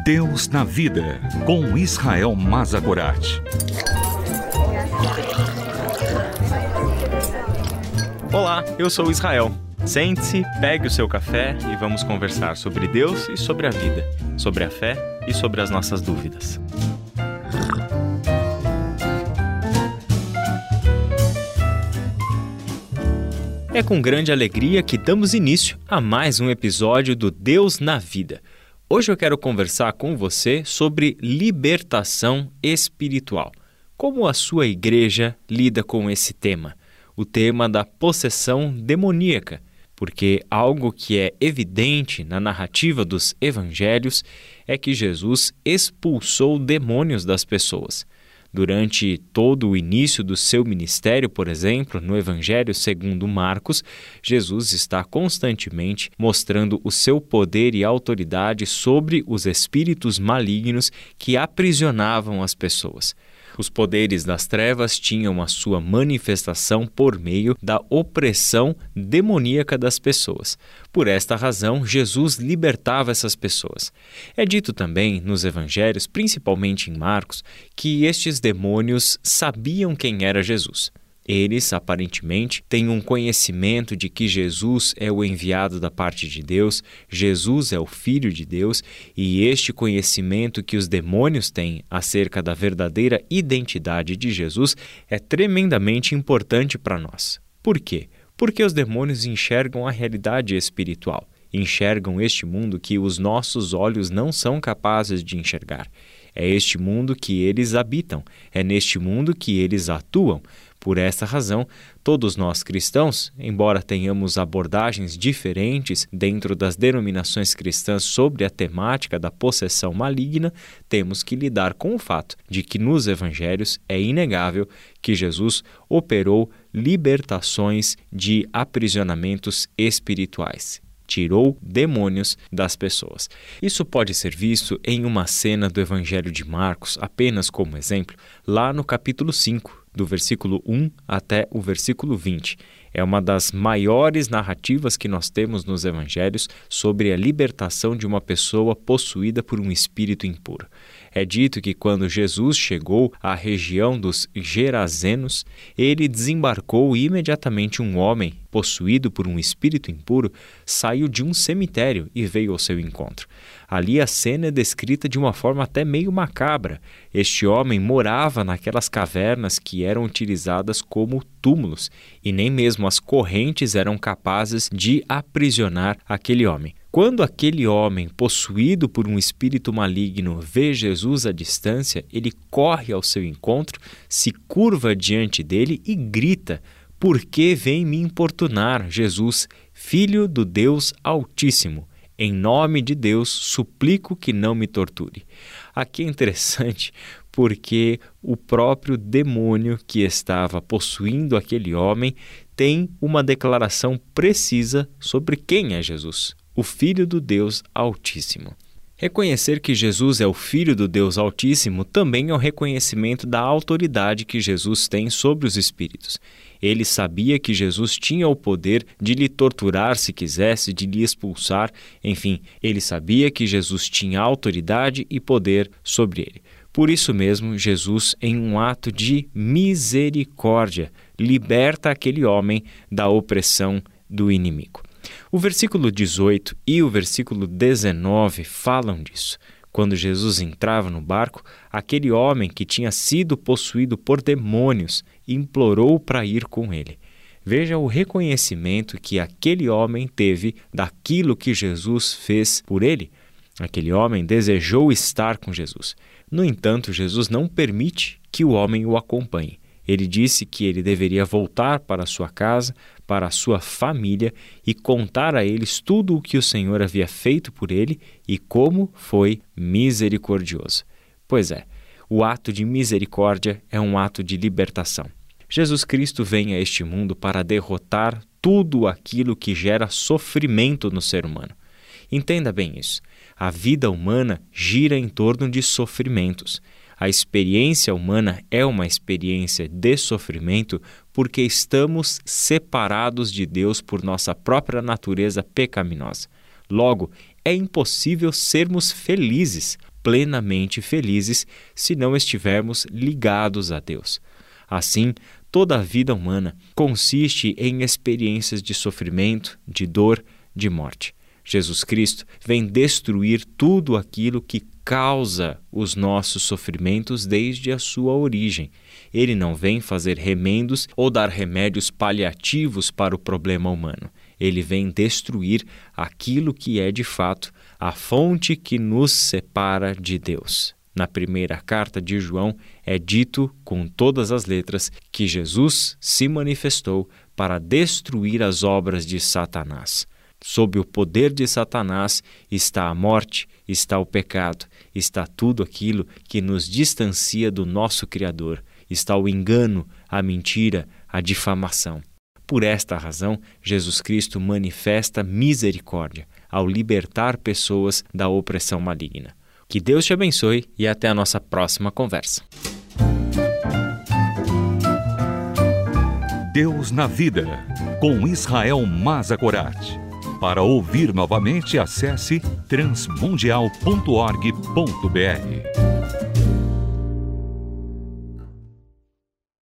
Deus na Vida, com Israel Mazagorat. Olá, eu sou o Israel. Sente-se, pegue o seu café e vamos conversar sobre Deus e sobre a vida, sobre a fé e sobre as nossas dúvidas. É com grande alegria que damos início a mais um episódio do Deus na Vida. Hoje eu quero conversar com você sobre libertação espiritual. Como a sua igreja lida com esse tema? O tema da possessão demoníaca, porque algo que é evidente na narrativa dos evangelhos é que Jesus expulsou demônios das pessoas. Durante todo o início do seu ministério, por exemplo, no Evangelho segundo Marcos, Jesus está constantemente mostrando o seu poder e autoridade sobre os espíritos malignos que aprisionavam as pessoas. Os poderes das trevas tinham a sua manifestação por meio da opressão demoníaca das pessoas. Por esta razão, Jesus libertava essas pessoas. É dito também nos evangelhos, principalmente em Marcos, que estes demônios sabiam quem era Jesus. Eles, aparentemente, têm um conhecimento de que Jesus é o enviado da parte de Deus, Jesus é o Filho de Deus, e este conhecimento que os demônios têm acerca da verdadeira identidade de Jesus é tremendamente importante para nós. Por quê? Porque os demônios enxergam a realidade espiritual, enxergam este mundo que os nossos olhos não são capazes de enxergar. É este mundo que eles habitam, é neste mundo que eles atuam. Por essa razão, todos nós cristãos, embora tenhamos abordagens diferentes dentro das denominações cristãs sobre a temática da possessão maligna, temos que lidar com o fato de que nos evangelhos é inegável que Jesus operou libertações de aprisionamentos espirituais. Tirou demônios das pessoas. Isso pode ser visto em uma cena do Evangelho de Marcos, apenas como exemplo, lá no capítulo 5, do versículo 1 até o versículo 20. É uma das maiores narrativas que nós temos nos Evangelhos sobre a libertação de uma pessoa possuída por um espírito impuro. É dito que quando Jesus chegou à região dos Gerazenos, ele desembarcou e imediatamente um homem, possuído por um espírito impuro, saiu de um cemitério e veio ao seu encontro. Ali a cena é descrita de uma forma até meio macabra. Este homem morava naquelas cavernas que eram utilizadas como túmulos, e nem mesmo as correntes eram capazes de aprisionar aquele homem. Quando aquele homem, possuído por um espírito maligno, vê Jesus à distância, ele corre ao seu encontro, se curva diante dele e grita: "Por que vem me importunar, Jesus, Filho do Deus Altíssimo? Em nome de Deus, suplico que não me torture." Aqui é interessante porque o próprio demônio que estava possuindo aquele homem tem uma declaração precisa sobre quem é Jesus, o Filho do Deus Altíssimo. Reconhecer que Jesus é o Filho do Deus Altíssimo também é um reconhecimento da autoridade que Jesus tem sobre os espíritos. Ele sabia que Jesus tinha o poder de lhe torturar se quisesse, de lhe expulsar, enfim, ele sabia que Jesus tinha autoridade e poder sobre ele. Por isso mesmo, Jesus, em um ato de misericórdia, liberta aquele homem da opressão do inimigo. O versículo 18 e o versículo 19 falam disso. Quando Jesus entrava no barco, aquele homem que tinha sido possuído por demônios implorou para ir com ele. Veja o reconhecimento que aquele homem teve daquilo que Jesus fez por ele. Aquele homem desejou estar com Jesus. No entanto, Jesus não permite que o homem o acompanhe. Ele disse que ele deveria voltar para a sua casa, para a sua família e contar a eles tudo o que o Senhor havia feito por ele e como foi misericordioso. Pois é, o ato de misericórdia é um ato de libertação. Jesus Cristo vem a este mundo para derrotar tudo aquilo que gera sofrimento no ser humano. Entenda bem isso. A vida humana gira em torno de sofrimentos. A experiência humana é uma experiência de sofrimento porque estamos separados de Deus por nossa própria natureza pecaminosa. Logo, é impossível sermos felizes, plenamente felizes se não estivermos ligados a Deus. Assim, toda a vida humana consiste em experiências de sofrimento, de dor, de morte. Jesus Cristo vem destruir tudo aquilo que causa os nossos sofrimentos desde a sua origem. Ele não vem fazer remendos ou dar remédios paliativos para o problema humano. Ele vem destruir aquilo que é de fato a fonte que nos separa de Deus. Na primeira carta de João é dito com todas as letras que Jesus se manifestou para destruir as obras de Satanás. Sob o poder de Satanás está a morte, está o pecado, está tudo aquilo que nos distancia do nosso Criador, está o engano, a mentira, a difamação. Por esta razão, Jesus Cristo manifesta misericórdia ao libertar pessoas da opressão maligna. Que Deus te abençoe e até a nossa próxima conversa. Deus na Vida, com Israel Mazagorat. Para ouvir novamente, acesse transmundial.org.br.